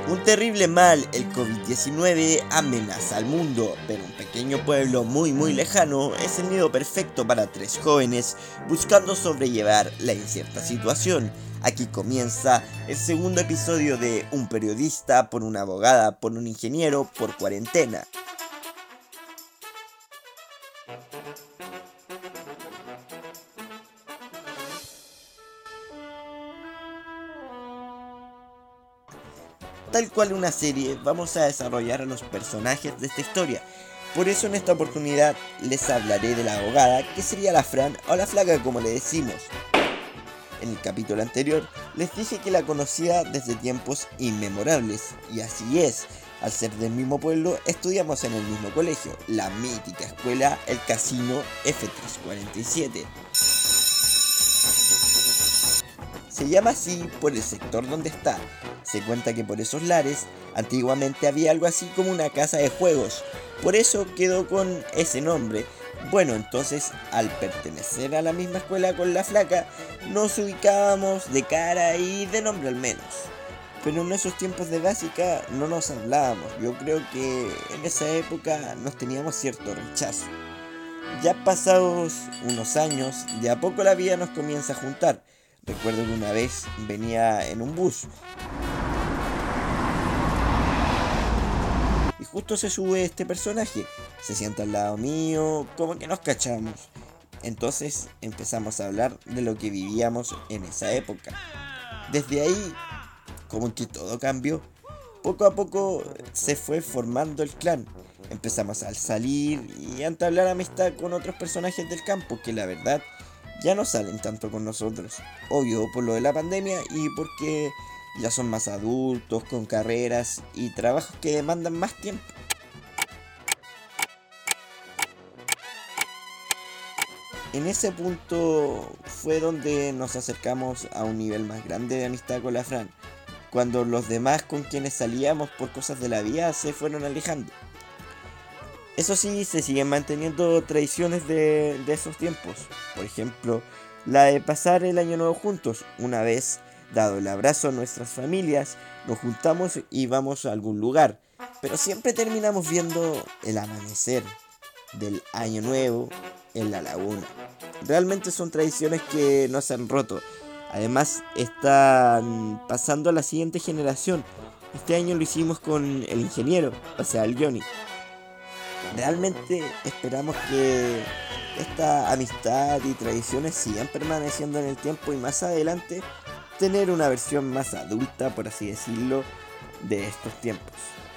Un terrible mal, el COVID-19, amenaza al mundo, pero un pequeño pueblo muy lejano es el nido perfecto para tres jóvenes buscando sobrellevar la incierta situación. Aquí comienza el segundo episodio de Un periodista por una abogada por un ingeniero por cuarentena. Tal cual una serie, vamos a desarrollar a los personajes de esta historia. Por eso en esta oportunidad les hablaré de la abogada, que sería la Fran o la Flaca como le decimos. En el capítulo anterior les dije que la conocía desde tiempos inmemorables, y así es. Al ser del mismo pueblo, estudiamos en el mismo colegio, la mítica escuela El Casino F347. Se llama así por el sector donde está. Se cuenta que por esos lares antiguamente había algo así como una casa de juegos. Por eso quedó con ese nombre. Bueno, entonces al pertenecer a la misma escuela con la Flaca, nos ubicábamos de cara y de nombre al menos. Pero en esos tiempos de básica no nos hablábamos. Yo creo que en esa época nos teníamos cierto rechazo. Ya pasados unos años, de a poco la vida nos comienza a juntar. Recuerdo que una vez venía en un bus y justo se sube este personaje, se sienta al lado mío, como que nos cachamos. Entonces empezamos a hablar de lo que vivíamos en esa época. Desde ahí, como que todo cambió. Poco a poco se fue formando el clan. Empezamos a salir y a entablar amistad con otros personajes del campo que la verdad ya no salen tanto con nosotros. Obvio por lo de la pandemia y porque ya son más adultos, con carreras y trabajos que demandan más tiempo. En ese punto fue donde nos acercamos a un nivel más grande de amistad con la Fran, cuando los demás con quienes salíamos por cosas de la vida se fueron alejando. Eso sí, se siguen manteniendo tradiciones de esos tiempos. Por ejemplo, la de pasar el año nuevo juntos. Una vez dado el abrazo a nuestras familias, nos juntamos y vamos a algún lugar. Pero siempre terminamos viendo el amanecer del año nuevo en la laguna. Realmente son tradiciones que no se han roto. Además, están pasando a la siguiente generación. Este año lo hicimos con el ingeniero, o sea, el Johnny. Realmente esperamos que esta amistad y tradiciones sigan permaneciendo en el tiempo y más adelante tener una versión más adulta, por así decirlo, de estos tiempos.